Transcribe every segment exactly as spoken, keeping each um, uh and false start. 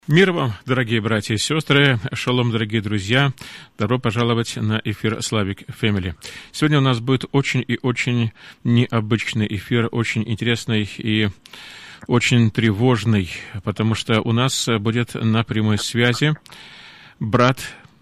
Мир вам, дорогие братья и сестры, шалом, дорогие друзья, добро пожаловать на эфир Slavic Family. Сегодня у нас будет очень и очень необычный эфир, очень интересный и очень тревожный, потому что у нас будет на прямой связи брат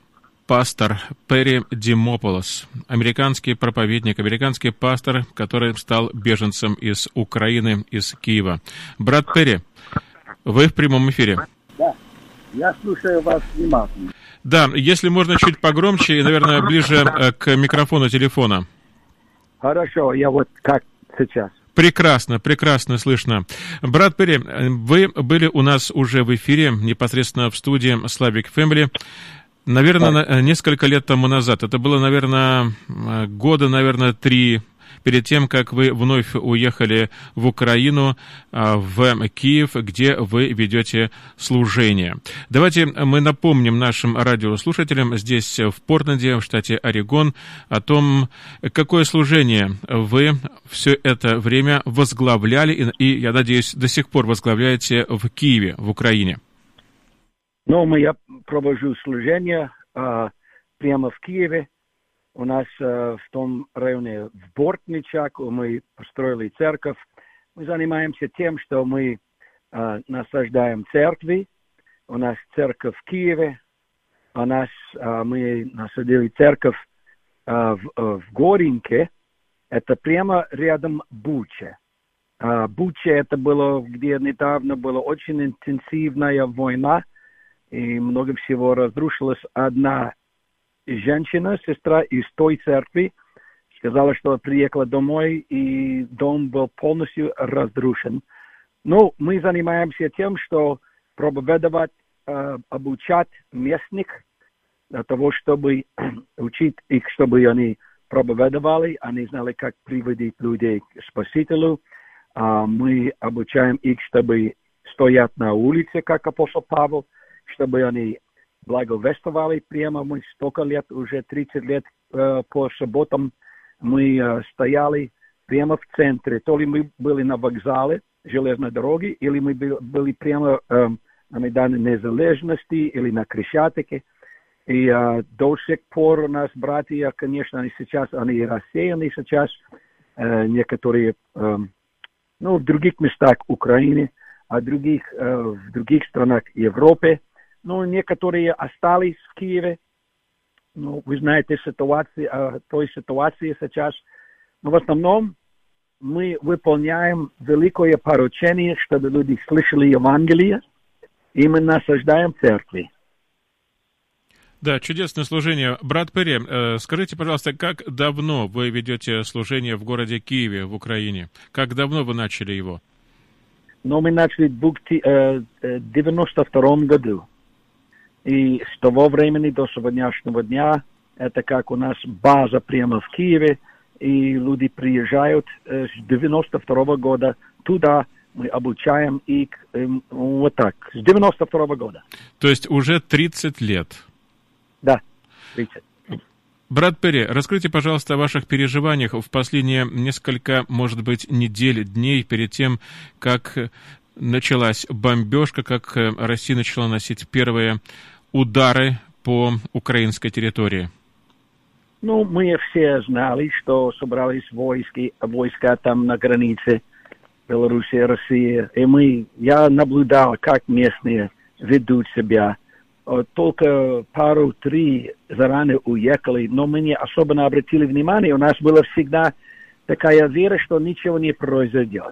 пастор Перри Димополос, американский проповедник, американский пастор, который стал беженцем из Украины, из Киева. Брат Перри, вы в прямом эфире. Да, я слушаю вас внимательно. Да, если можно чуть погромче и, наверное, ближе к микрофону телефона. Хорошо, я вот как сейчас. Прекрасно, прекрасно слышно. Брат Перри, вы были у нас уже в эфире, непосредственно в студии Slavic Family, наверное, да. несколько лет тому назад. Это было, наверное, года, наверное, три перед тем, как вы вновь уехали в Украину, в Киев, где вы ведете служение. Давайте мы напомним нашим радиослушателям здесь, в Портленде, в штате Орегон, о том, какое служение вы все это время возглавляли и, и, я надеюсь, до сих пор возглавляете в Киеве, в Украине. Ну, мы, я провожу служение а, прямо в Киеве. У нас э, в том районе в Бортничак мы построили церковь. Мы занимаемся тем, что мы э, насаждаем церкви. У нас церковь в Киеве. У нас э, мы насадили церковь э, в, э, в Горинке. Это прямо рядом Буча. Э, Буча это было, где недавно была очень интенсивная война. И много всего разрушилось. Одна женщина, сестра из той церкви, сказала, что приехала домой, и дом был полностью разрушен. Ну, мы занимаемся тем, что проповедовать, э, обучать местных для того, чтобы учить их, чтобы они проповедовали, они знали, как приводить людей к Спасителю. А мы обучаем их, чтобы стоять на улице, как апостол Павел, чтобы они благовествовали прямо. Мы столько лет, уже тридцать лет э, по субботам мы э, стояли прямо в центре. То ли мы были на вокзале железной дороги, или мы были прямо э, на Майдане Незалежности, или на Крещатике. И э, до сих пор у нас братья, конечно, они сейчас, они рассеяны сейчас, э, некоторые, э, ну, в других местах Украины, а других, э, в других странах Европы. Ну, некоторые остались в Киеве. Ну, вы знаете ситуацию, э, той ситуации сейчас. Но в основном мы выполняем великое поручение, чтобы люди слышали Евангелие, и мы насаждаем церкви. Да, чудесное служение. Брат Перри, э, скажите, пожалуйста, как давно вы ведете служение в городе Киеве, в Украине? Как давно вы начали его? Ну, мы начали в девяносто втором году. И с того времени до сегодняшнего дня это как у нас база прямо в Киеве, и люди приезжают э, с девяносто второго года туда, мы обучаем их э, вот так, с девяносто второго года. То есть уже тридцать лет? Да, тридцать. Брат Перри, расскажите, пожалуйста, о ваших переживаниях в последние несколько, может быть, недель, дней перед тем, как началась бомбежка, как Россия начала носить первые удары по украинской территории. Ну, мы все знали, что собрались войски, войска там на границе Беларуси и России. И мы, я наблюдал, как местные ведут себя. Только пару-три заранее уехали, но мы не особенно обратили внимание. У нас была всегда такая вера, что ничего не произойдет.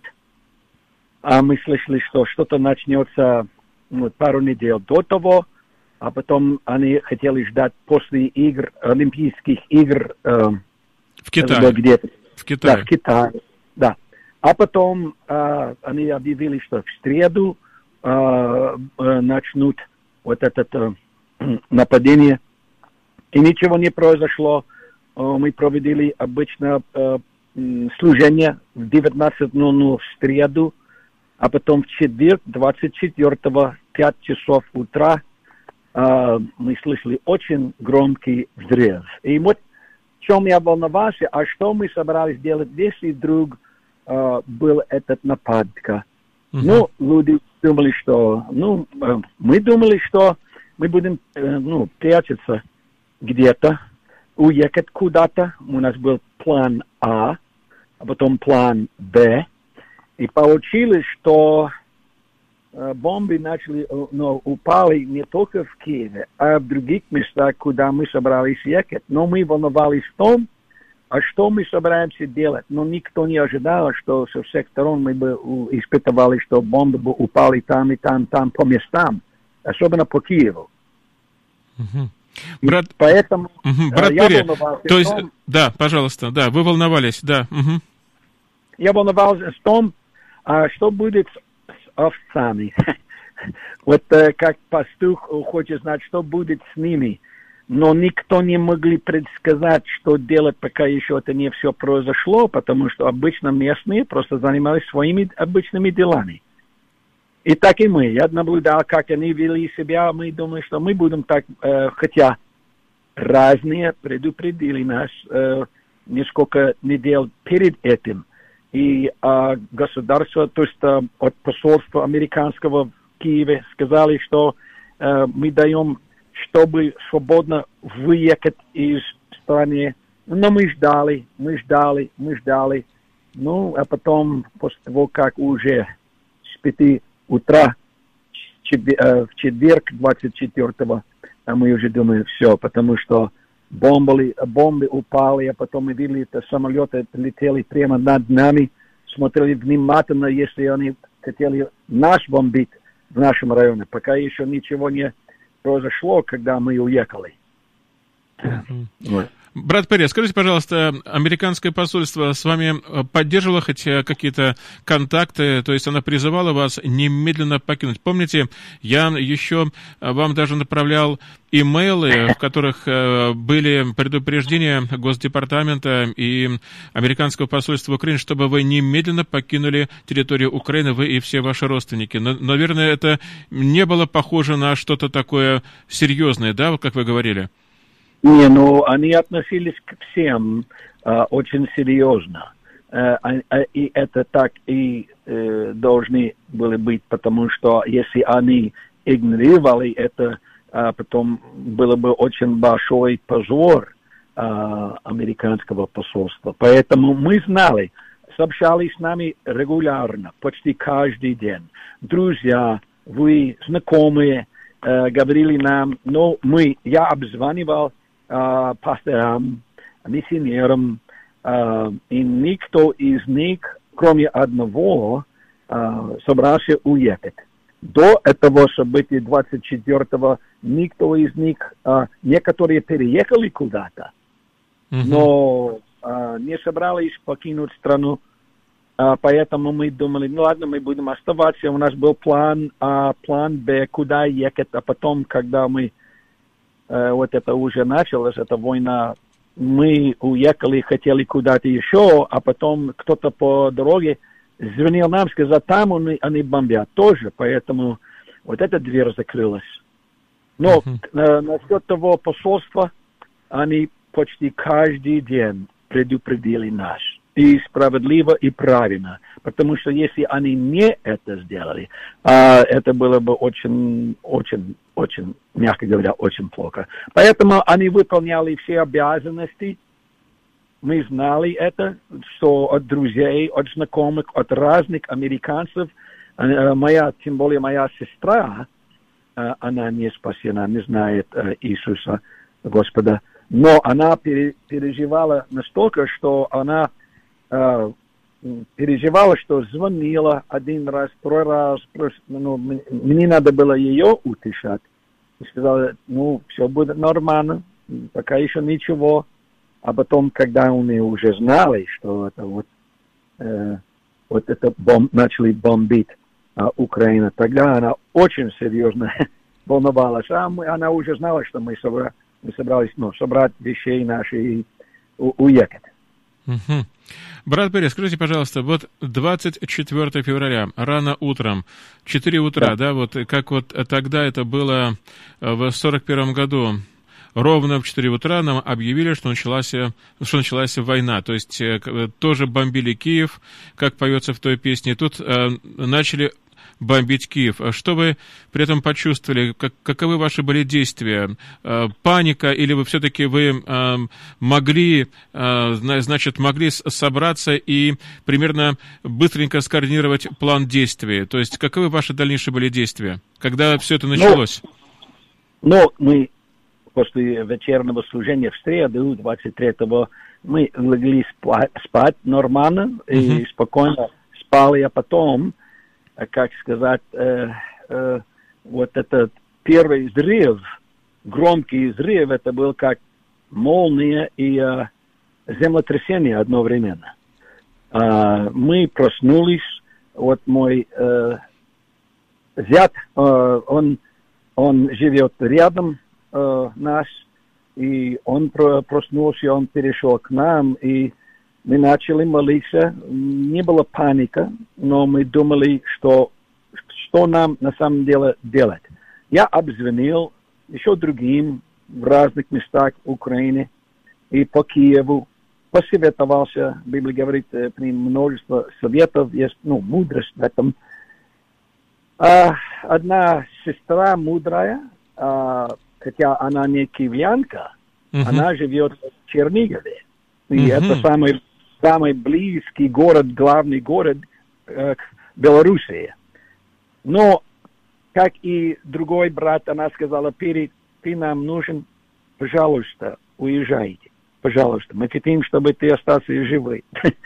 А мы слышали, что что-то начнется ну, пару недель до того, а потом они хотели ждать после игр, Олимпийских игр. Э, в Китае. Где-то. В Китае. Да, в Китае, да. А потом э, они объявили, что в среду э, э, начнут вот это э, нападение. И ничего не произошло. Э, мы проводили обычно э, служение в девятнадцать ноль ноль в среду, а потом в четверг, двадцать четвёртого, пять часов утра, э, мы слышали очень громкий взрыв. И вот в чем я волновался, а что мы собирались делать, если вдруг э, был этот нападка. Uh-huh. Ну, люди думали, что... Ну, мы думали, что мы будем, ну, прятаться где-то, уехать куда-то. У нас был план А, а потом план Б. И получилось, что бомбы начали, ну, упали не только в Киеве, а в других местах, куда мы собрались ехать. Но мы волновались в том, а что мы собираемся делать. Но никто не ожидал, что со всех сторон мы бы испытывали, что бомбы бы упали там и там, там по местам, особенно по Киеву. Угу. Брат... Поэтому угу. Брат я Перри, волновался то есть, в том... да, пожалуйста, да, вы волновались, да. Угу. Я волновался в том, что будет с овцами. Вот как пастух хочет знать, что будет с ними. Но никто не могли предсказать, что делать, пока еще это не все произошло, потому что обычно местные просто занимались своими обычными делами. И так и мы. Я наблюдал, как они вели себя. Мы думали, что мы будем так, э, хотя разные предупредили нас э, несколько недель перед этим. И э, государство, то есть э, от посольства американского в Киеве сказали, что э, мы даем, чтобы свободно выехать из страны. Но мы ждали, мы ждали, мы ждали. Ну, а потом, после того, как уже с пяти утра в четверг, двадцать четвёртого, мы уже думаем, все, потому что бомбы, бомбы упали, а потом мы видели, что самолеты летели прямо над нами, смотрели внимательно, если они хотели нас бомбить в нашем районе, пока еще ничего не произошло, когда мы уехали. Mm-hmm. Вот. Брат Перри, скажите, пожалуйста, американское посольство с вами поддерживало хоть какие-то контакты, то есть оно призывало вас немедленно покинуть? Помните, я еще вам даже направлял имейлы, в которых были предупреждения Госдепартамента и американского посольства Украины, чтобы вы немедленно покинули территорию Украины, вы и все ваши родственники. Но, наверное, это не было похоже на что-то такое серьезное, да, как вы говорили? Не, ну, они относились к всем э, очень серьезно. Э, э, и это так и э, должны были быть, потому что если они игнорировали это, э, потом было бы очень большой позор э, американского посольства. Поэтому мы знали, сообщались с нами регулярно, почти каждый день. Друзья, вы, знакомые, э, говорили нам, но мы, я обзванивал Uh, пасторам, миссионерам, uh, и никто из них, кроме одного, uh, собрался уехать. До этого события двадцать четвёртого никто из них, uh, некоторые переехали куда-то, mm-hmm. но uh, не собрались покинуть страну, uh, поэтому мы думали, ну ладно, мы будем оставаться, у нас был план, uh, план Б, куда ехать, а потом, когда мы вот это уже началось, эта война, мы уехали, хотели куда-то еще, а потом кто-то по дороге звонил нам, сказал, там они, они бомбят тоже, поэтому вот эта дверь закрылась. Но uh-huh. насчет того посольства, они почти каждый день предупредили нас. И справедливо, и правильно. Потому что если они не это сделали, а, это было бы очень, очень, очень, мягко говоря, очень плохо. Поэтому они выполняли все обязанности. Мы знали это, что от друзей, от знакомых, от разных американцев. Моя, тем более моя сестра, она не спасена, не знает Иисуса Господа. Но она переживала настолько, что она Uh, переживала, что звонила один раз, второй раз, просто, ну, мне надо было ее утешать. И сказала, ну, все будет нормально, пока еще ничего. А потом, когда они уже знали, что это вот, э, вот это бом, начали бомбить э, Украину, тогда она очень серьезно волновалась. А мы, она уже знала, что мы, собра, мы собрались, ну, собрать вещей наши и у, уехать. Угу. Брат Перри, скажите, пожалуйста, вот двадцать четвёртого февраля, рано утром, четыре утра, да, да вот как вот тогда это было в сорок первом году, ровно в четыре утра нам объявили, что началась, что началась война. То есть тоже бомбили Киев, как поется в той песне. И тут начали бомбить Киев. Что вы при этом почувствовали? Как, каковы ваши были действия? Э, паника или вы все-таки вы э, могли, э, значит, могли собраться и примерно быстренько скоординировать план действий? То есть каковы ваши дальнейшие были действия, когда все это началось? Ну, ну мы после вечернего служения в среду, двадцать третьего, мы легли спать, спать нормально uh-huh. и спокойно спали, а потом, как сказать, э, э, вот этот первый взрыв, громкий взрыв, это был как молния и э, землетрясение одновременно. Э, мы проснулись, вот мой э, зять, э, он, он живет рядом э, нас, и он проснулся, он перешел к нам, и мы начали молиться, не было паника, но мы думали, что, что нам на самом деле делать. Я обзвонил еще другим в разных местах Украины и по Киеву, посоветовался, Библия говорит, при множестве советов, есть, ну, мудрость в этом. А одна сестра мудрая, а, хотя она не киевлянка, uh-huh. она живет в Чернигове. И uh-huh. это самый самый близкий город, главный город э, к Белоруссии. Но, как и другой брат, она сказала, Пери, ты нам нужен, пожалуйста, уезжайте. Пожалуйста, мы хотим, чтобы ты остался живой.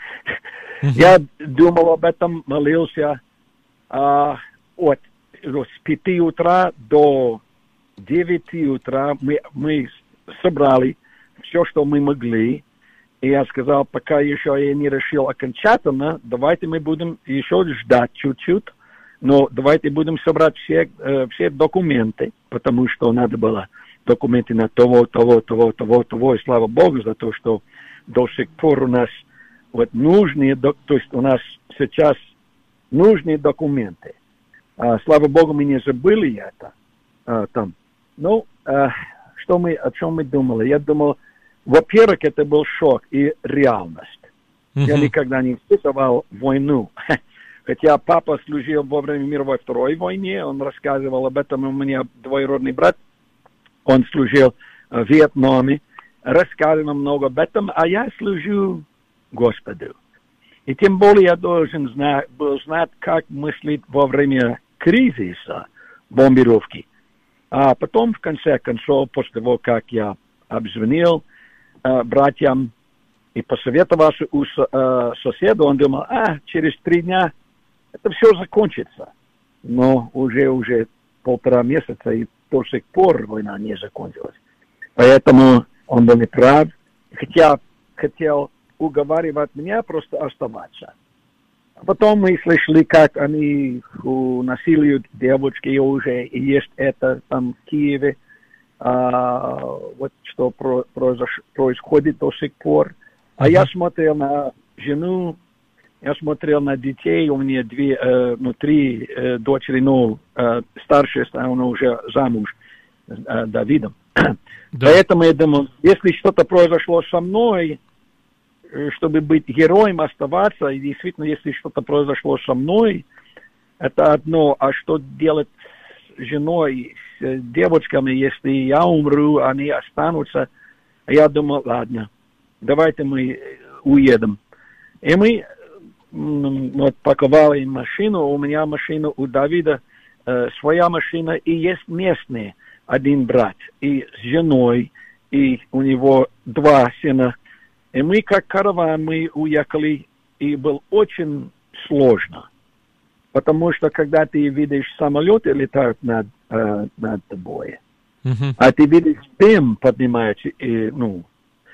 Я думал об этом, молился а, от с пяти утра до девяти утра. Мы, мы собрали все, что мы могли. И я сказал, пока еще я не решил окончательно, давайте мы будем еще ждать чуть-чуть, но давайте будем собрать все, э, все документы, потому что надо было документы на того, того, того, того, того, и слава Богу за то, что до сих пор у нас вот нужные, то есть у нас сейчас нужные документы. А, слава Богу, мы не забыли это а, там. Ну, а, что мы, о чем мы думали? Я думал, во-первых, это был шок и реальность. Uh-huh. Я никогда не испытывал войну. Хотя папа служил во время мировой Второй войны, он рассказывал об этом, у меня двоюродный брат, он служил в Вьетнаме, рассказывал много об этом, а я служу Господу. И тем более я должен знать, был знать, как мыслить во время кризиса, бомбировки. А потом, в конце концов, после того, как я обзвонил э, братьям и посоветовался у э, соседа, он думал, а, через три дня это все закончится. Но уже, уже полтора месяца, и до сих пор война не закончилась. Поэтому он был неправ, хотя хотел уговаривать меня просто оставаться. А потом мы слышали, как они насилуют девочки, и уже и есть это там в Киеве, а, вот что про, произош, происходит до сих пор. А uh-huh. я смотрел на жену, я смотрел на детей, у меня две, э, ну, три э, дочери, ну, э, старшая, она уже замуж э, Давидом. Да. Поэтому я думаю, если что-то произошло со мной, чтобы быть героем, оставаться, и действительно, если что-то произошло со мной, это одно, а что делать с женой, с девочками, если я умру, они останутся, я думал, ладно, давайте мы уедем. И мы вот паковали машину, у меня машина, у Давида э, своя машина, и есть местные, один брат, и с женой, и у него два сына. И мы, как караван, мы уехали, и было очень сложно. Потому что, когда ты видишь самолеты летают над, э, над тобой, uh-huh. а ты видишь дым поднимается, и, ну,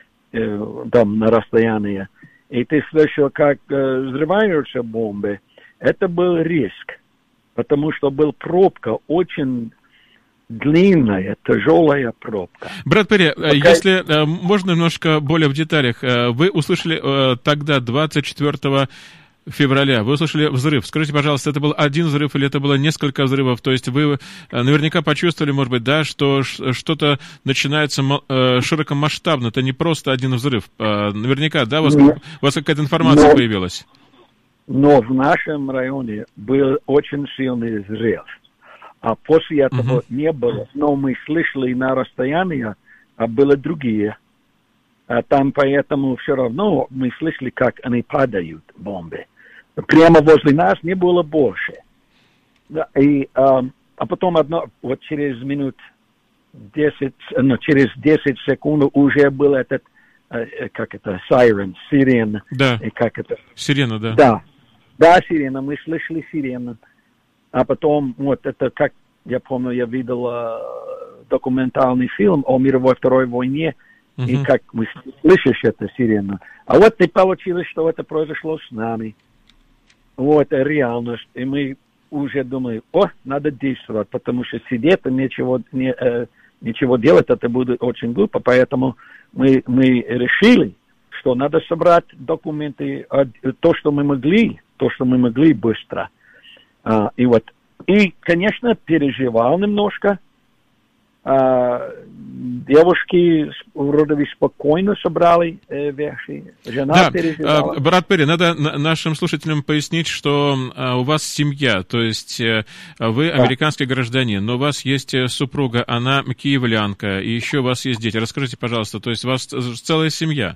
э, там на расстоянии, и ты слышал, как э, взрываются бомбы, это был риск. Потому что была пробка очень длинная, тяжелая пробка. Брат Перри, okay. если э, можно немножко более в деталях, э, вы услышали э, тогда, двадцать четвёртого февраля. Вы услышали взрыв. Скажите, пожалуйста, это был один взрыв или это было несколько взрывов? То есть вы наверняка почувствовали, может быть, да, что что-то начинается широкомасштабно. Это не просто один взрыв. Наверняка, да, у вас, у вас какая-то информация но, появилась? Но в нашем районе был очень сильный взрыв. А после этого uh-huh. не было. Но мы слышали на расстоянии, а были другие. А там поэтому все равно мы слышали, как они падают, бомбы. Прямо возле нас не было больше. Да, и, а, а потом одно, вот через минут десять, ну, через десять секунд уже был этот, как это, сайрен, сирена. Да, и как это? Сирена, да. Да, да, сирена, мы слышали сирену. А потом, вот это, как я помню, я видел uh, документальный фильм о мировой Второй войне, uh-huh. и как мы слышишь это сирену. А вот и получилось, что это произошло с нами. Вот, реальность. И мы уже думаем, о, надо действовать, потому что сидеть и ничего, не, э, ничего делать, это будет очень глупо. Поэтому мы, мы решили, что надо собрать документы, то, что мы могли, то, что мы могли быстро. А, и вот, и, конечно, переживал немножко. А, девушки вроде бы спокойно собрали э, вещи. Жена да, переживала. А, брат Перри, надо нашим слушателям пояснить, что а, у вас семья, то есть а, вы американский да. гражданин, но у вас есть супруга, она киевлянка, и еще у вас есть дети. Расскажите, пожалуйста, то есть у вас целая семья?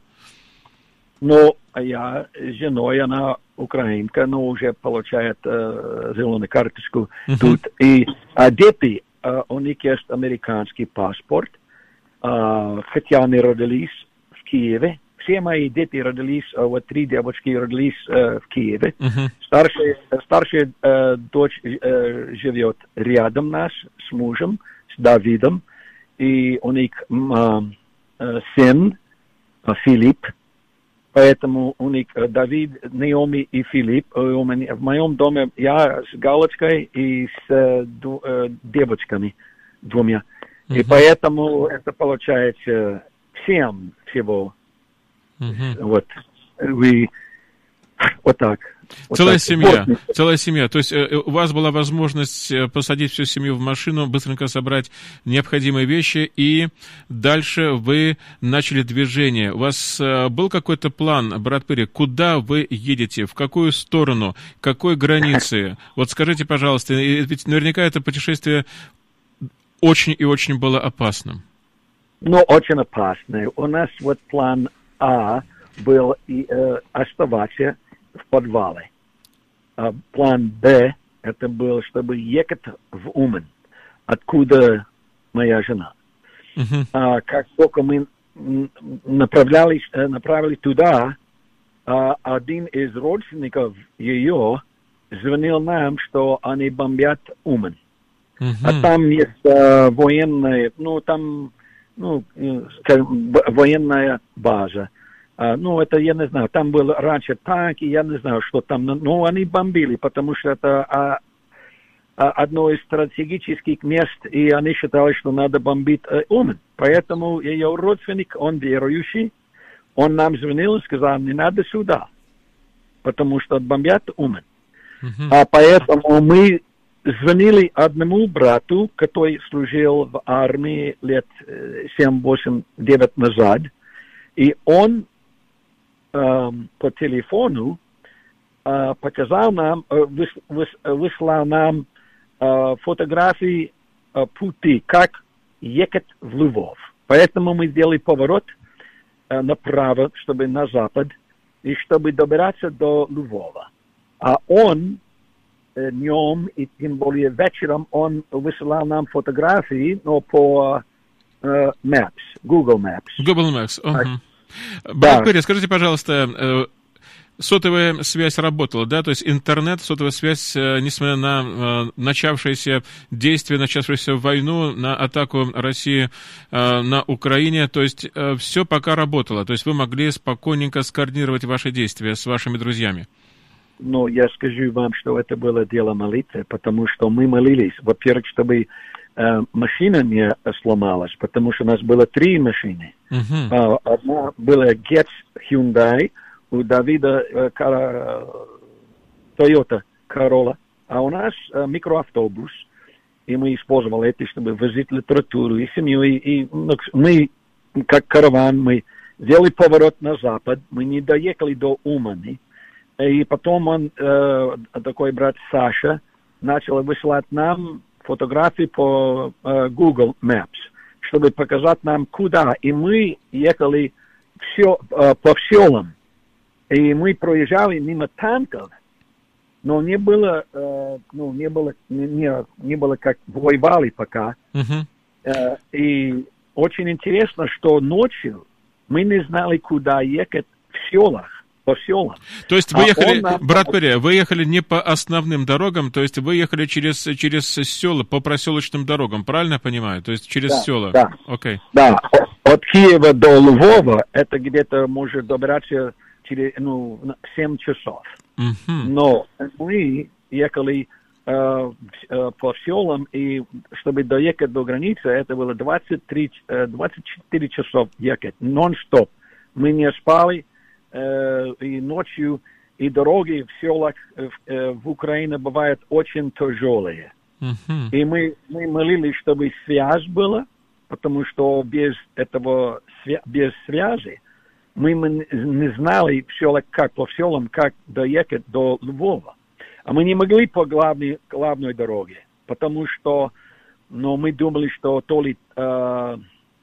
Ну, я с женой, она украинка, но уже получает э, зеленую карточку uh-huh. тут. И а дети, э, у них есть американский паспорт, э, хотя они родились в Киеве. Все мои дети родились, э, вот три девочки родились э, в Киеве. Uh-huh. Старшая, старшая э, дочь э, живет рядом нас с мужем, с Давидом. И у них э, э, сын э, Филипп. Поэтому у них Давид, Наоми и Филипп. У меня, в моем доме я с Галочкой и с э, ду, э, девочками двумя. Uh-huh. И поэтому это получается всем всего. Uh-huh. Вот. И, вот так. Вот целая так. семья, вот. целая семья. То есть э, у вас была возможность посадить всю семью в машину, быстренько собрать необходимые вещи, и дальше вы начали движение. У вас э, был какой-то план, брат Перри, куда вы едете, в какую сторону, к какой границе? Вот скажите, пожалуйста, ведь наверняка это путешествие очень и очень было опасным. Ну, очень опасное. У нас вот план А был и, э, оставаться в подвале. А план Б, это был, чтобы ехать в Умен, откуда моя жена. Uh-huh. А как только мы направлялись, направили туда, а один из родственников ее звонил нам, что они бомбят Умен. Uh-huh. А там есть а, военная, ну, там, ну, военная база. Uh, ну, это я не знаю, там был раньше танки, я не знаю, что там, но они бомбили, потому что это а, а, одно из стратегических мест, и они считали, что надо бомбить э, Умен. Поэтому ее родственник, он верующий, он нам звонил и сказал, не надо сюда, потому что бомбят Умен. Uh-huh. А поэтому мы звонили одному брату, который служил в армии лет семь, восемь, девять назад, и он Uh, по телефону uh, показал нам, uh, выс, выс, выслал нам uh, фотографии uh, пути, как ехать в Львов. Поэтому мы сделали поворот uh, направо, чтобы на запад, и чтобы добираться до Львова. А он uh, днем и тем более вечером он высылал нам фотографии, но по uh, Maps, Google Maps. Google Maps, uh-huh. Брат Перри, скажите, пожалуйста, сотовая связь работала, да? То есть интернет, сотовая связь, несмотря на начавшееся действие, начавшуюся войну, на атаку России на Украине, то есть все пока работало, то есть вы могли спокойненько скоординировать ваши действия с вашими друзьями? Ну, я скажу вам, что это было дело молитвы, потому что мы молились, во-первых, чтобы Uh, машина не сломалась, потому что у нас было три машины. Uh-huh. Uh, одна была Getz Hyundai, у Давида uh, Toyota Corolla, а у нас э, микроавтобус, и мы использовали это, чтобы возить литературу и семью, и, и ну, мы, как караван, мы сделали поворот на запад, мы не доехали до Умани, и потом он, э, такой брат Саша, начал высылать нам фотографии по э, Google Maps, чтобы показать нам, куда. И мы ехали все, э, по селам. И мы проезжали мимо танков, но не было, э, ну, не было, не, не было как воевали пока. Uh-huh. Э, и очень интересно, что ночью мы не знали, куда ехать в селах. По селам. То есть вы а ехали, нам... брат Перри, вы ехали не по основным дорогам, то есть вы ехали через, через села, по проселочным дорогам, правильно я понимаю? То есть через да, села? Да, okay. да. От Киева до Львова это где-то может добираться через, ну, семь часов. Uh-huh. Но мы ехали э, э, по селам, и чтобы доехать до границы, это было двадцать три, двадцать четыре часов ехать, нон-стоп. Мы не спали, и ночью, и дороги в селах в, в Украине бывают очень тяжелые. Uh-huh. И мы, мы молились, чтобы связь была, потому что без этого, без связи, мы не знали в селах, как по селам, как доехать до Львова. А мы не могли по главной, главной дороге, потому что, ну, мы думали, что то ли э,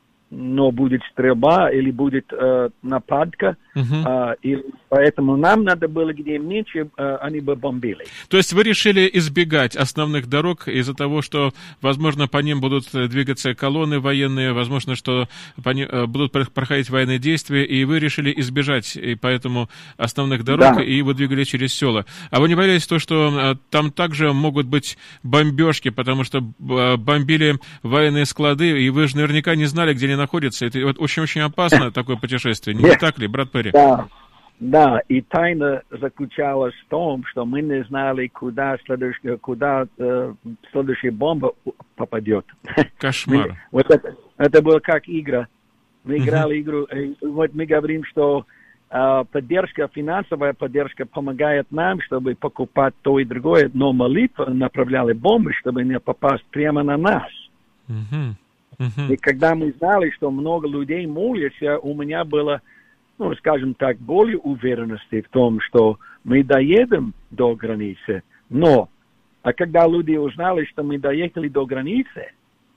но будет стрельба или будет э, нападка, uh-huh. э, и поэтому нам надо было, где меньше, э, они бы бомбили. То есть вы решили избегать основных дорог из-за того, что, возможно, по ним будут двигаться колонны военные, возможно, что по ним э, будут проходить военные действия, и вы решили избежать и поэтому основных дорог, да. И вы двигались через села. А вы не боялись то, что э, там также могут быть бомбежки, потому что э, бомбили военные склады, и вы же наверняка не знали, где они находится. Это вот очень-очень опасно, такое путешествие. Не так ли, брат Перри? Да, да. И тайна заключалась в том, что мы не знали, куда следующая, куда э, следующая бомба попадет. Кошмар. Мы, вот это, это было как игра. Мы играли uh-huh. игру. И вот мы говорим, что э, поддержка, финансовая поддержка помогает нам, чтобы покупать то и другое, но молитва направляли бомбы, чтобы не попасть прямо на нас. Uh-huh. Uh-huh. И когда мы знали, что много людей молятся, у меня было, ну, скажем так, более уверенности в том, что мы доедем до границы. Но, а когда люди узнали, что мы доехали до границы,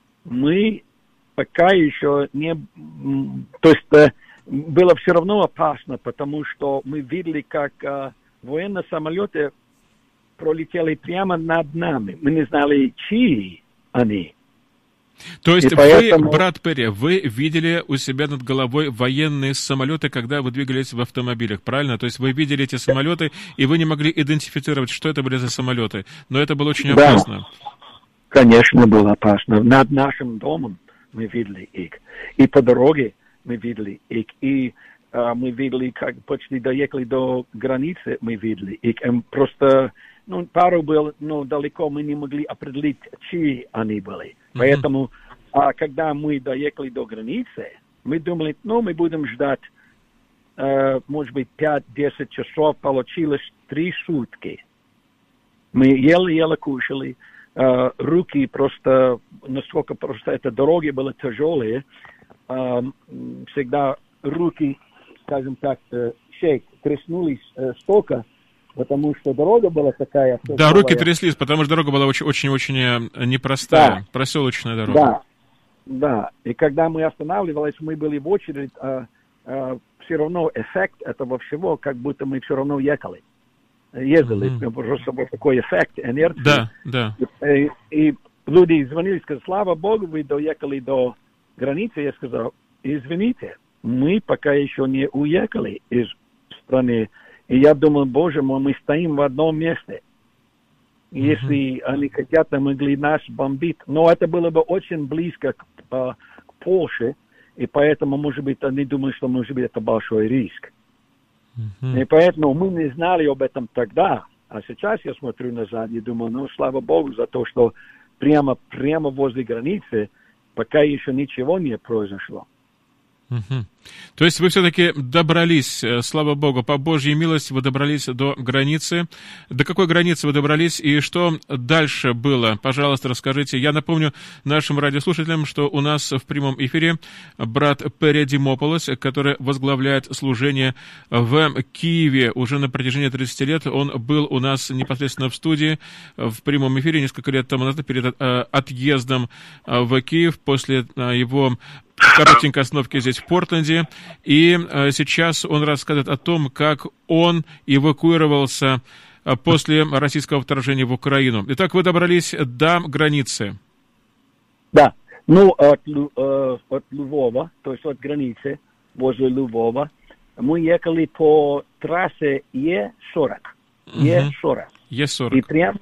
мы пока еще не... То есть было все равно опасно, потому что мы видели, как э, военные самолеты пролетели прямо над нами. Мы не знали, чьи они. То есть и вы, поэтому... брат Перри, вы видели у себя над головой военные самолеты, когда вы двигались в автомобилях, правильно? То есть вы видели эти самолеты, и вы не могли идентифицировать, что это были за самолеты. Но это было очень опасно. Да, конечно, было опасно. Над нашим домом мы видели их. И по дороге мы видели их. И uh, мы видели, как почти доехали до границы, мы видели их. И просто... Ну, пару было, но далеко мы не могли определить, чьи они были. Uh-huh. Поэтому, а, когда мы доехали до границы, мы думали, ну, мы будем ждать, э, может быть, пять-десять часов. Получилось три сутки. Мы еле-еле кушали. Э, руки просто, насколько просто эта дорога была тяжелая, э, всегда руки, скажем так, э, шейк, тряснулись э, столько, потому что дорога была такая... Да, руки тряслись, потому что дорога была очень-очень непростая, да. Проселочная дорога. Да, да. И когда мы останавливались, мы были в очередь, а, а, все равно эффект этого всего, как будто мы все равно ехали. Ездили. Mm-hmm. Просто был такой эффект, инерции. Да, да. И, и люди звонили и сказали, слава Богу, вы доехали до границы. Я сказал, извините, мы пока еще не уехали из страны. И я думал, боже мой, мы стоим в одном месте. Если uh-huh. они хотят, то могли нас бомбить. Но это было бы очень близко к, к Польше, и поэтому, может быть, они думали, что, может быть, это большой риск. Uh-huh. И поэтому мы не знали об этом тогда. А сейчас я смотрю назад и думаю, ну, слава Богу за то, что прямо, прямо возле границы пока еще ничего не произошло. Угу. То есть вы все-таки добрались, слава Богу, по Божьей милости вы добрались до границы. До какой границы вы добрались и что дальше было? Пожалуйста, расскажите. Я напомню нашим радиослушателям, что у нас в прямом эфире брат Пере Димополос, который возглавляет служение в Киеве уже на протяжении тридцати лет. Он был у нас непосредственно в студии в прямом эфире несколько лет тому назад перед отъездом в Киев после его коротенькой остановки здесь, в Портленде, и э, сейчас он рассказывает о том, как он эвакуировался э, после российского вторжения в Украину. Итак, вы добрались до границы. Да, ну, от, э, от Львова, то есть от границы, возле Львова, мы ехали по трассе Е сорок. Е сорок. Е сорок. И прямо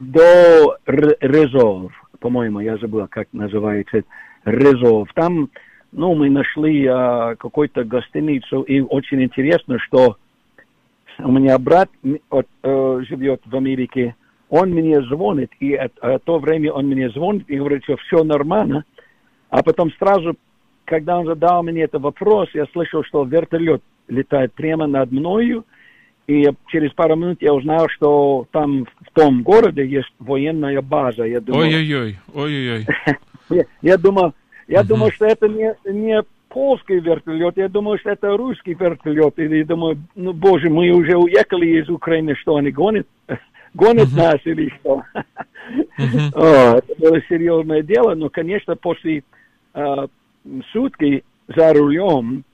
до Резов, по-моему, я забыл, как называется, Резов. Там, ну, мы нашли а, какую-то гостиницу, и очень интересно, что у меня брат от, а, живет в Америке, он мне звонит, и от, от то время он мне звонит и говорит, что все нормально, а потом сразу, когда он задал мне этот вопрос, я слышал, что вертолет летает прямо над мною, и через пару минут я узнал, что там в том городе есть военная база. Я думал, ой-ой-ой, ой-ой-ой. я, я думал, я uh-huh. думал, что это не, не польский вертолет, я думал, что это русский вертолет. И я думаю, ну, боже, мы уже уехали из Украины, что они гонят, гонят uh-huh. нас или что. Uh-huh. О, это было серьезное дело, но, конечно, после э, сутки за рулем,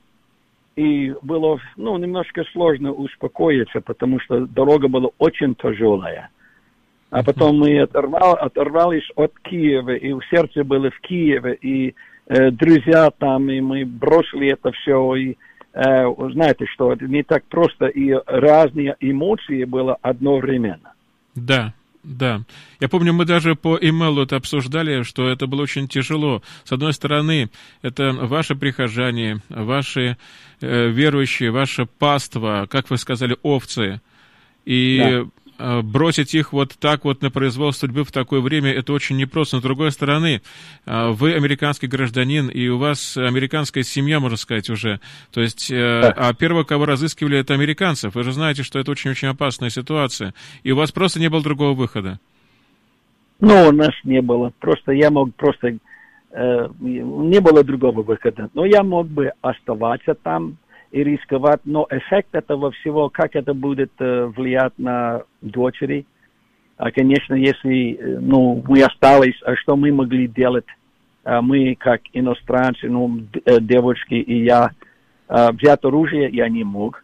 и было, ну, немножко сложно успокоиться, потому что дорога была очень тяжелая. А потом мы оторвал, оторвались от Киева, и в сердце было в Киеве, и э, друзья там, и мы бросили это все, и э, знаете что, это не так просто, и разные эмоции было одновременно. Да, да. Я помню, мы даже по имейлу это обсуждали, что это было очень тяжело. С одной стороны, это ваши прихожане, ваши э, верующие, ваше паство, как вы сказали, овцы, и... Да. Бросить их вот так вот на произвол судьбы в такое время, это очень непросто. Но с другой стороны, вы американский гражданин, и у вас американская семья, можно сказать, уже. То есть, да. А первого, кого разыскивали, это американцев. Вы же знаете, что это очень-очень опасная ситуация. И у вас просто не было другого выхода. Ну, у нас не было. Просто я мог просто... Э, не было другого выхода. Но я мог бы оставаться там и рисковать, но эффект этого всего, как это будет э, влиять на дочери, а, конечно, если э, ну, мы остались, а что мы могли делать, а, мы как иностранцы, ну, д- девочки и я, а, взять оружие я не мог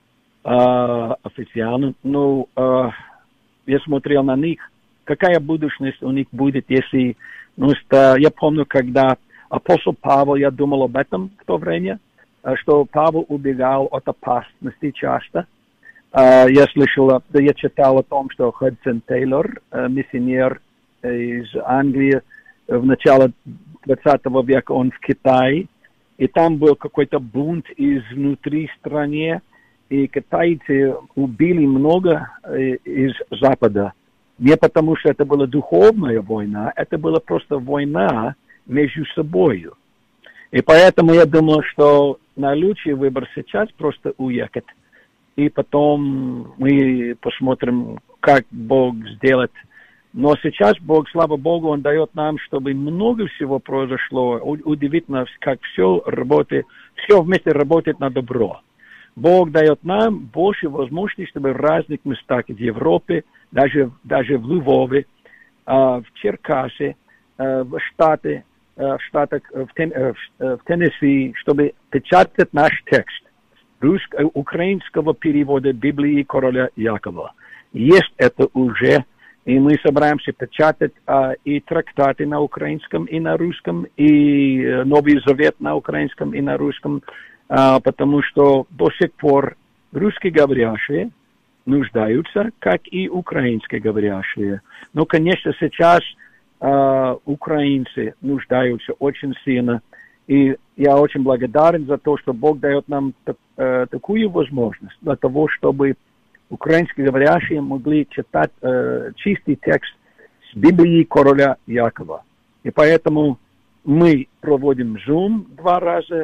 а, официально, но а, я смотрел на них, какая будущность у них будет, если, ну, что, я помню, когда апостол Павел, я думал об этом в то время, что Павел убегал от опасности часто. Я слышал, я читал о том, что Хадсон Тейлор, миссионер из Англии, в начале двадцатого века он в Китае, и там был какой-то бунт изнутри страны, и китайцы убили много из Запада. Не потому, что это была духовная война, это была просто война между собой. И поэтому я думал, что наилучший выбор сейчас просто уехать. И потом мы посмотрим, как Бог сделает. Но сейчас Бог, слава Богу, Он дает нам, чтобы много всего произошло. Удивительно, как все работает, все вместе работает на добро. Бог дает нам больше возможностей, чтобы в разных местах в Европе, даже, даже в Львове, в Черкасе, в Штаты, в Штатах, в, Тен, в Теннесси, чтобы печатать наш текст русско- украинского перевода Библии короля Якова. Есть это уже, и мы собираемся печатать а, и трактаты на украинском, и на русском, и а, Новый Завет на украинском, и на русском, а, потому что до сих пор русскоговорящие нуждаются, как и украинскоговорящие. Но, конечно, сейчас Uh, украинцы нуждаются очень сильно. И я очень благодарен за то, что Бог дает нам так, uh, такую возможность для того, чтобы украинскоговорящие могли читать uh, чистый текст с Библии короля Якова. И поэтому мы проводим Zoom два раза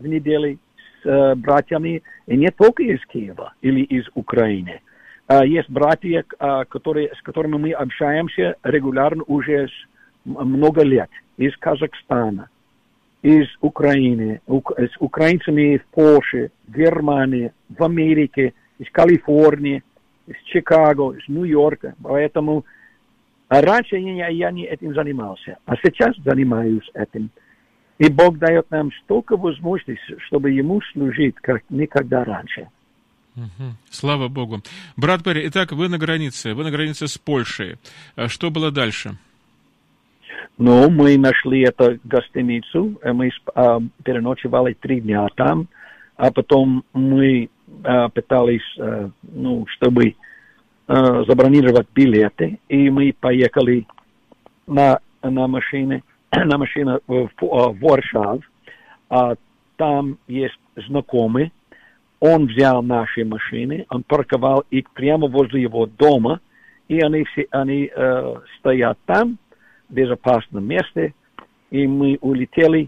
в неделю с э, братьями, и не только из Киева или из Украины. Э, есть братья, э, которые, с которыми мы общаемся регулярно уже с, много лет, из Казахстана, из Украины, ук, с украинцами в Польше, в Германии, в Америке, из Калифорнии, из Чикаго, из Нью-Йорка. Поэтому раньше я, я не этим занимался, а сейчас занимаюсь этим. И Бог дает нам столько возможностей, чтобы Ему служить, как никогда раньше. Угу. Слава Богу. Брат Перри, итак, вы на границе, вы на границе с Польшей. Что было дальше? Ну, мы нашли эту гостиницу, мы а, переночевали три дня там, а потом мы а, пытались, а, ну, чтобы а, забронировать билеты, и мы поехали на, на машине, на машине в, в Варшаву, а там есть знакомый, он взял наши машины, он парковал их прямо возле его дома, и они все, они э, стоят там, в безопасном месте, и мы улетели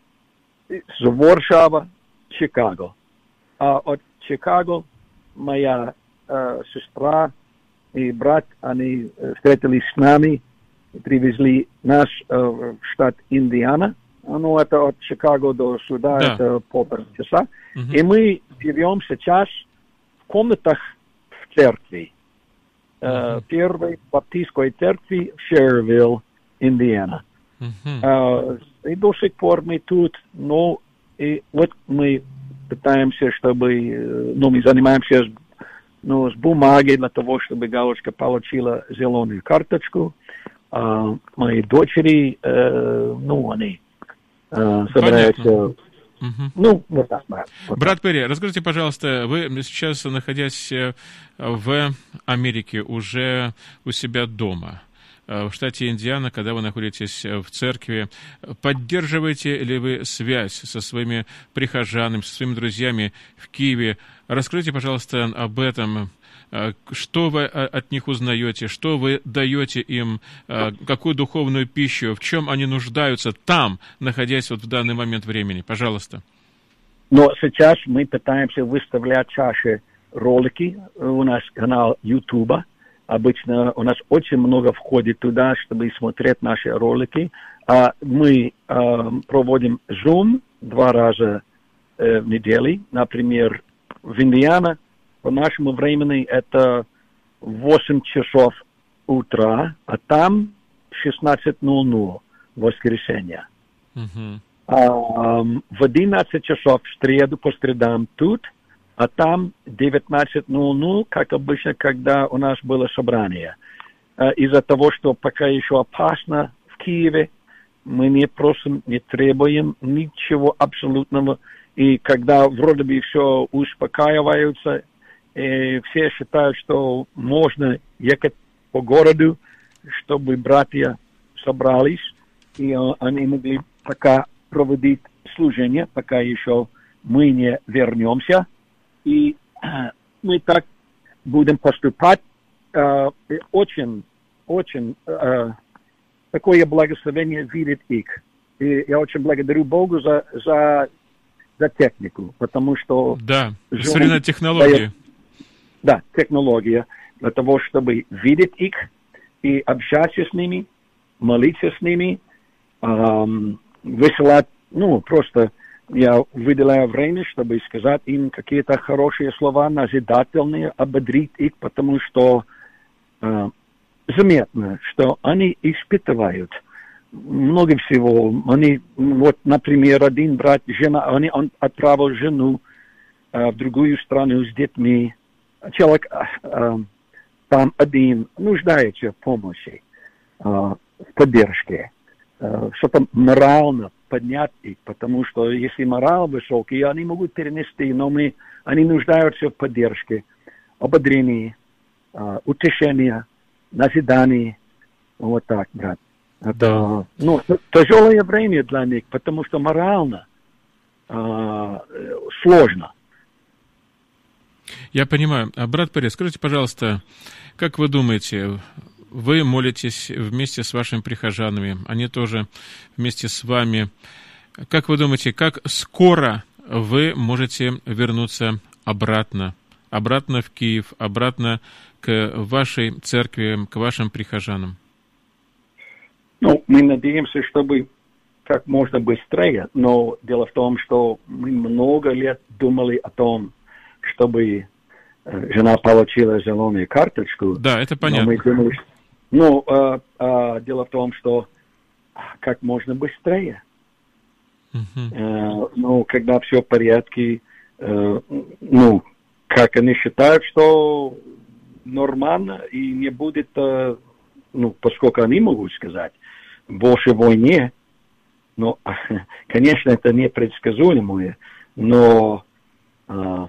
с Варшавы в Чикаго. А от Чикаго моя э, сестра и брат, они встретились с нами, и привезли нас э, в штат Индиана. Ну, это от Чикаго до сюда, да. Это полтора часа. Угу. И мы живем сейчас в комнатах в церкви. Угу. Э, первой баптистской церкви в Шервилл, Индиана. Uh-huh. Uh, и до сих пор мы тут, но и вот мы пытаемся, чтобы, ну, мы занимаемся ну, с бумагой для того, чтобы галочка получила зеленую карточку. Uh, мои дочери, uh, ну, они uh, собираются... Uh-huh. Ну, вот так, брат. Вот Брат Перри, расскажите, пожалуйста, вы сейчас, находясь в Америке, уже у себя дома, в штате Индиана, когда вы находитесь в церкви, поддерживаете ли вы связь со своими прихожанами, со своими друзьями в Киеве? Расскажите, пожалуйста, об этом. Что вы от них узнаете? Что вы даете им? Какую духовную пищу? В чем они нуждаются там, находясь вот в данный момент времени? Пожалуйста. Но сейчас мы пытаемся выставлять чаще ролики. У нас канал Ютуба. Обычно у нас очень много входит туда, чтобы смотреть наши ролики. А мы э, проводим Zoom два раза э, в неделю. Например, в Индиана по нашему времени это восемь часов утра, а там шестнадцать ноль ноль в воскресенье. Mm-hmm. А, э, в одиннадцать часов в среду по средам тут, а там девятнадцать ноль ноль, как обычно, когда у нас было собрание. Из-за того, что пока еще опасно в Киеве, мы не просим, не требуем ничего абсолютного. И когда вроде бы все успокаиваются, и все считают, что можно ехать по городу, чтобы братья собрались, и они могли пока проводить служение, пока еще мы не вернемся. И э, мы так будем поступать. Э, очень, очень э, такое благословение видит их. И я очень благодарю Богу за, за, за технику, потому что... Да, современная технология. Дает, да, технология для того, чтобы видеть их и общаться с ними, молиться с ними, э, высылать, ну, просто... Я выделяю время, чтобы сказать им какие-то хорошие слова, назидательные, ободрить их, потому что э, заметно, что они испытывают много всего. Они, вот, например, один брат, жена, они, он отправил жену э, в другую страну с детьми. Человек э, там один нуждается в помощи, э, в поддержке. Э, что-то морально поднять их, потому что если мораль высокий, они могут перенести, но мы, они нуждаются в поддержке, ободрении, э, утешении, назидании. Вот так, брат. Это, да. Ну, тяжелое время для них, потому что морально э, сложно. Я понимаю. А, брат Перри, скажите, пожалуйста, как вы думаете, вы молитесь вместе с вашими прихожанами, они тоже вместе с вами. Как вы думаете, как скоро вы можете вернуться обратно, обратно в Киев, обратно к вашей церкви, к вашим прихожанам? Ну, мы надеемся, чтобы как можно быстрее, но дело в том, что мы много лет думали о том, чтобы жена получила зеленую карточку. Да, это понятно. Но мы думали, ну, а, а, дело в том, что как можно быстрее. Uh-huh. А, ну, когда все в порядке, а, ну, как они считают, что нормально и не будет, а, ну, поскольку они могут сказать, больше войны. Ну, конечно, это непредсказуемое, но а,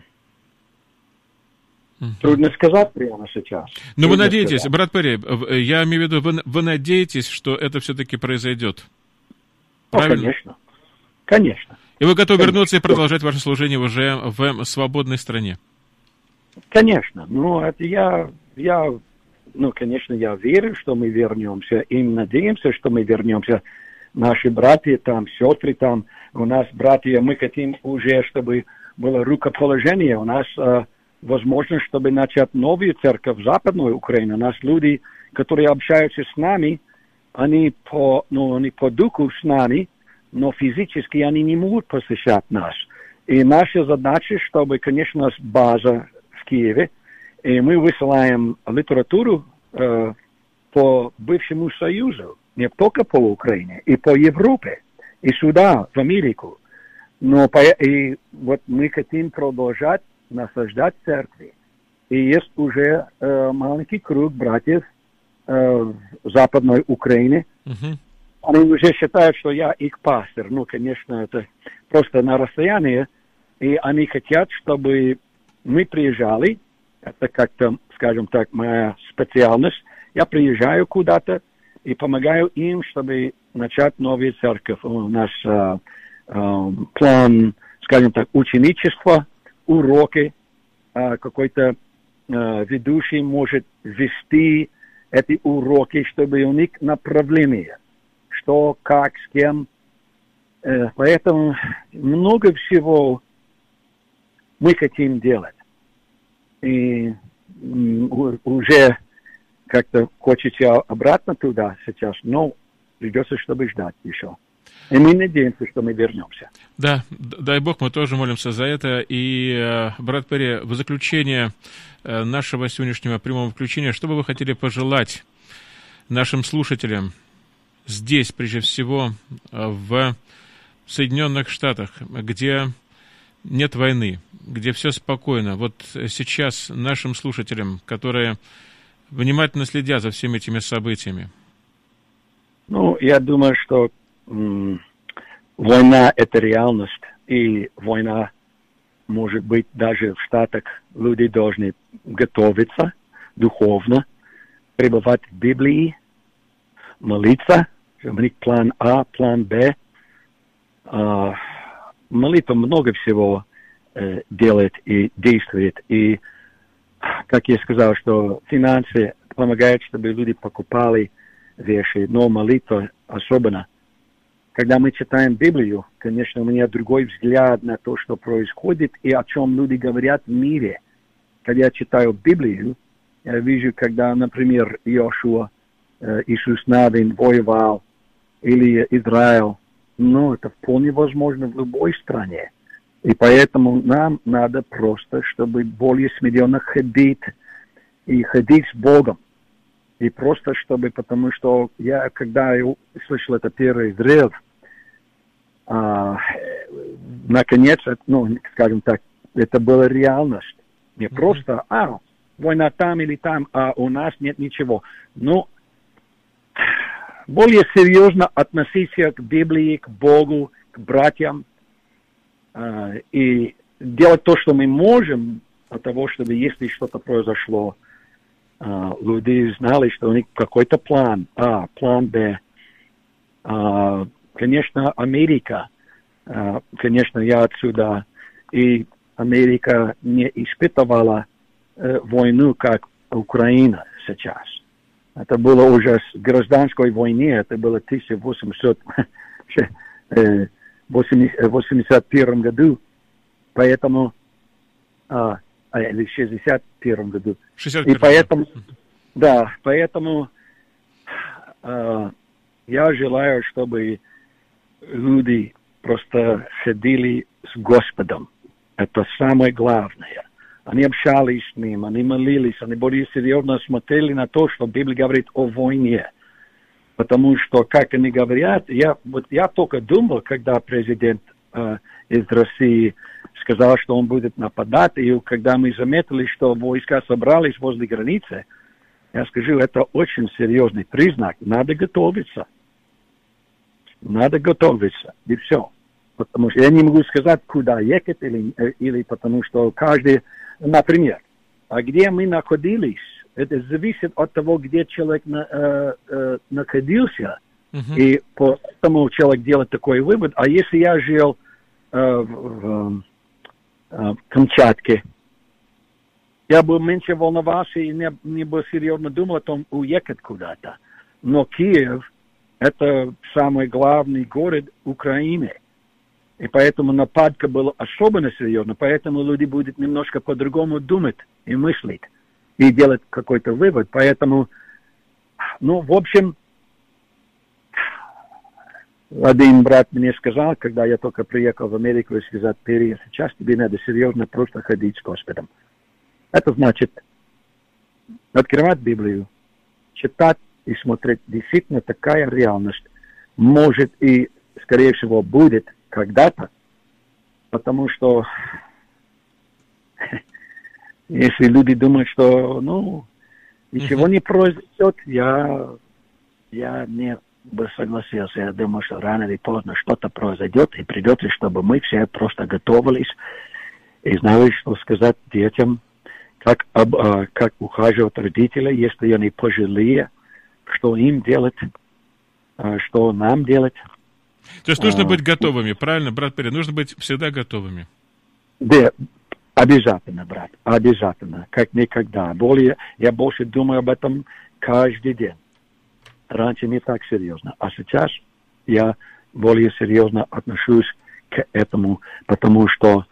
uh-huh. трудно сказать прямо сейчас. Но трудно вы надеетесь, сказать. брат Перри, я имею в виду, вы, вы надеетесь, что это все-таки произойдет? Ну, конечно, конечно. И вы готовы конечно. вернуться и продолжать ваше служение уже в свободной стране? Конечно. Ну, это я, я, ну, конечно, я верю, что мы вернемся, и надеемся, что мы вернемся. Наши братья там, сестры там, у нас братья, мы хотим уже, чтобы было рукоположение, у нас э, возможность, чтобы начать новую церковь в Западной Украине. У нас люди, которые общаются с нами, они по, ну, они по духу с нами, но физически они не могут посещать нас. И наша задача, чтобы, конечно, у нас база в Киеве, и мы высылаем литературу э, по бывшему Союзу, не только по Украине, и по Европе, и сюда, в Америку. Но по, и вот мы хотим продолжать наслаждать церкви. И есть уже э, маленький круг братьев э, в Западной Украине. Uh-huh. Они уже считают, что я их пастор. Ну, конечно, это просто на расстоянии. И они хотят, чтобы мы приезжали. Это как-то, скажем так, моя специальность. Я приезжаю куда-то и помогаю им, чтобы начать новую церковь. У нас э, э, план, скажем так, ученичества, уроки. Э, какой-то э, ведущий может вести эти уроки, чтобы у них направление. Что, как, с кем. Э, поэтому много всего мы хотим делать. И м, уже как-то хочется обратно туда сейчас, но придется, чтобы ждать еще. И мы надеемся, что мы вернемся. Да, дай Бог, мы тоже молимся за это. И, брат Перри, в заключение нашего сегодняшнего прямого включения, что бы вы хотели пожелать нашим слушателям здесь, прежде всего, в Соединенных Штатах, где нет войны, где все спокойно? Вот сейчас нашим слушателям, которые внимательно следят за всеми этими событиями. Ну, я думаю, что м- война – это реальность, и война, может быть, даже в Штатах люди должны готовиться духовно, пребывать в Библии, молиться, у них план А, план Б. А, молитва много всего э, делает и действует, и как я сказал, что финансы помогают, чтобы люди покупали вещи, но молитва особенно. Когда мы читаем Библию, конечно, у меня другой взгляд на то, что происходит и о чем люди говорят в мире. Когда я читаю Библию, я вижу, когда, например, Иошуа, э, Иисус Навин воевал, или Израиль, ну, это вполне возможно в любой стране. И поэтому нам надо просто, чтобы более смиренно ходить и ходить с Богом. И просто чтобы, потому что я, когда я слышал это первый взрыв, а, наконец, ну, скажем так, это была реальность. Не mm-hmm. просто, а, война там или там, а у нас нет ничего. Ну, более серьезно относиться к Библии, к Богу, к братьям, Uh, и делать то, что мы можем, для того, чтобы, если что-то произошло, uh, люди знали, что у них какой-то план А, план Б. Uh, конечно, Америка, uh, конечно, я отсюда, и Америка не испытывала uh, войну, как Украина сейчас. Это было уже с гражданской войны, это было в тысяча восемьсот восемьдесят первом году, Поэтому, а, или в шестьдесят первом году. шестьдесят первом. И поэтому, да, поэтому а, я желаю, чтобы люди просто ходили с Господом. Это самое главное. Они общались с Ним, они молились, они более серьезно смотрели на то, что Библия говорит о войне. Потому что, как они говорят, я, вот я только думал, когда президент э, из России сказал, что он будет нападать, и когда мы заметили, что войска собрались возле границы, я скажу, это очень серьезный признак. Надо готовиться. Надо готовиться, и все. Потому что я не могу сказать, куда ехать, или, или потому что каждый... Например, а где мы находились, это зависит от того, где человек на, э, э, находился, uh-huh. и поэтому человек делает такой вывод. А если я жил э, в, э, в Камчатке, я бы меньше волновался и не, не бы серьезно думал о том, уехать куда-то. Но Киев – это самый главный город Украины. И поэтому нападка была особенно серьезна, поэтому люди будут немножко по-другому думать и мыслить, и делать какой-то вывод. Поэтому, ну, в общем, один брат мне сказал, когда я только приехал в Америку, и сказал, Перри, сейчас тебе надо серьезно просто ходить с Господом. Это значит открывать Библию, читать и смотреть. Действительно, такая реальность может и, скорее всего, будет когда-то, потому что если люди думают, что, ну, ничего не произойдет, я, я не бы согласился. Я думаю, что рано или поздно что-то произойдет, и придется, чтобы мы все просто готовились и знали, что сказать детям, как, об, как ухаживать родители, если они пожилые, что им делать, что нам делать. То есть нужно быть готовыми, правильно, брат Перри? Нужно быть всегда готовыми. Да, обязательно, брат, обязательно, как никогда. Более, я больше думаю об этом каждый день. Раньше не так серьезно, а сейчас я более серьезно отношусь к этому, потому что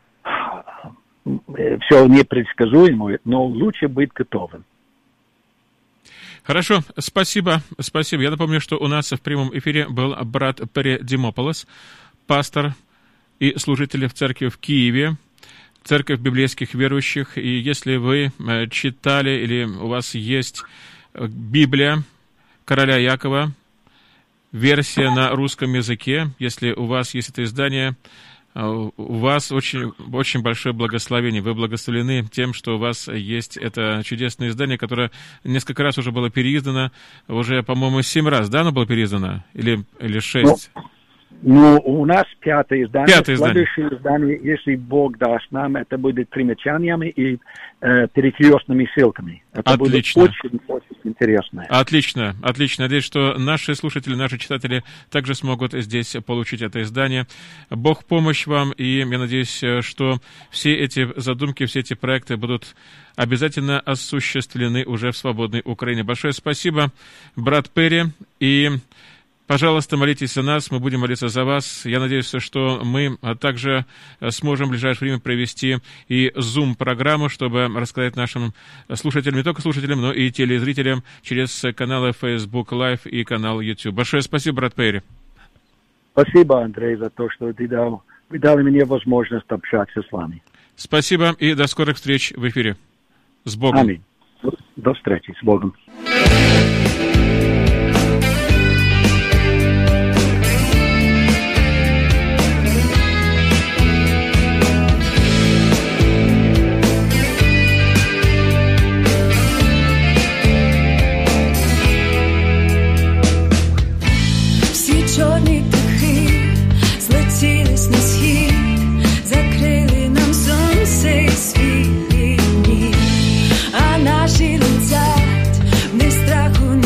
все непредсказуемо, но лучше быть готовым. Хорошо, спасибо, спасибо. Я напомню, что у нас в прямом эфире был брат Перри Димополос, пастор и служитель в церкви в Киеве, церковь библейских верующих. И если вы читали или у вас есть Библия короля Якова, версия на русском языке, если у вас есть это издание, у вас очень, очень большое благословение. Вы благословлены тем, что у вас есть это чудесное издание, которое несколько раз уже было переиздано. Уже, по-моему, семь раз, да, оно было переиздано? Или, или шесть? Ну, ну, у нас пятое издание. Пятое издание. Следующее издание, если Бог даст нам, это будет примечаниями и э, перекрестными ссылками. Это Отлично. будет очень, очень интересно. Отлично, отлично. Надеюсь, что наши слушатели, наши читатели также смогут здесь получить это издание. Бог в помощь вам, и я надеюсь, что все эти задумки, все эти проекты будут обязательно осуществлены уже в свободной Украине. Большое спасибо, брат Перри, и пожалуйста, молитесь за нас, мы будем молиться за вас. Я надеюсь, что мы также сможем в ближайшее время провести и Zoom-программу, чтобы рассказать нашим слушателям, не только слушателям, но и телезрителям через каналы Facebook Live и канал YouTube. Большое спасибо, брат Перри. Спасибо, Андрей, за то, что ты дал, вы дали мне возможность общаться с вами. Спасибо и до скорых встреч в эфире. С Богом. Аминь. До встречи. С Богом. Чорні птахи злетілись на схід, закрили нам сонце і світлі дні, а наші летять, не страху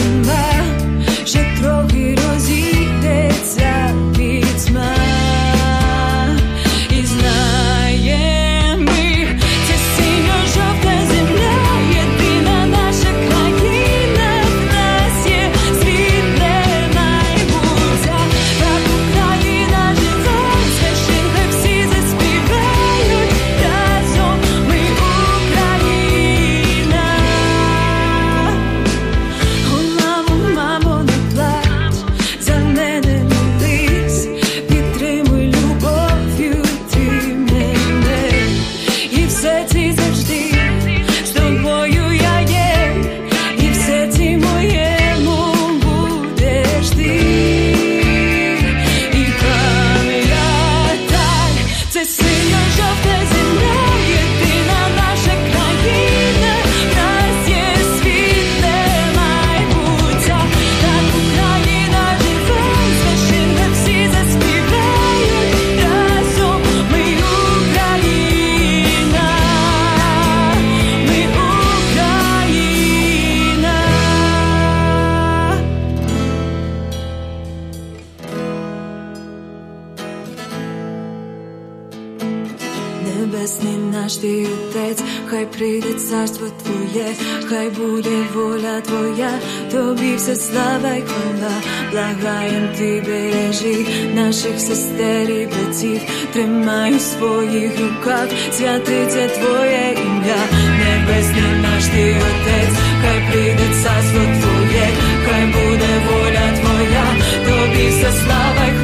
Небесний наш Ти Отець, хай прийде царство Твоє, хай буде воля Твоя, Тобі вся слава й хвала. Благаєм Ти бережи наших сестер і братів, тримай у своїх руках, святиться Твоє ім'я. Небесний наш Ти Отець, хай прийде царство Твоє, хай буде воля Твоя, Тобі вся слава й хвала.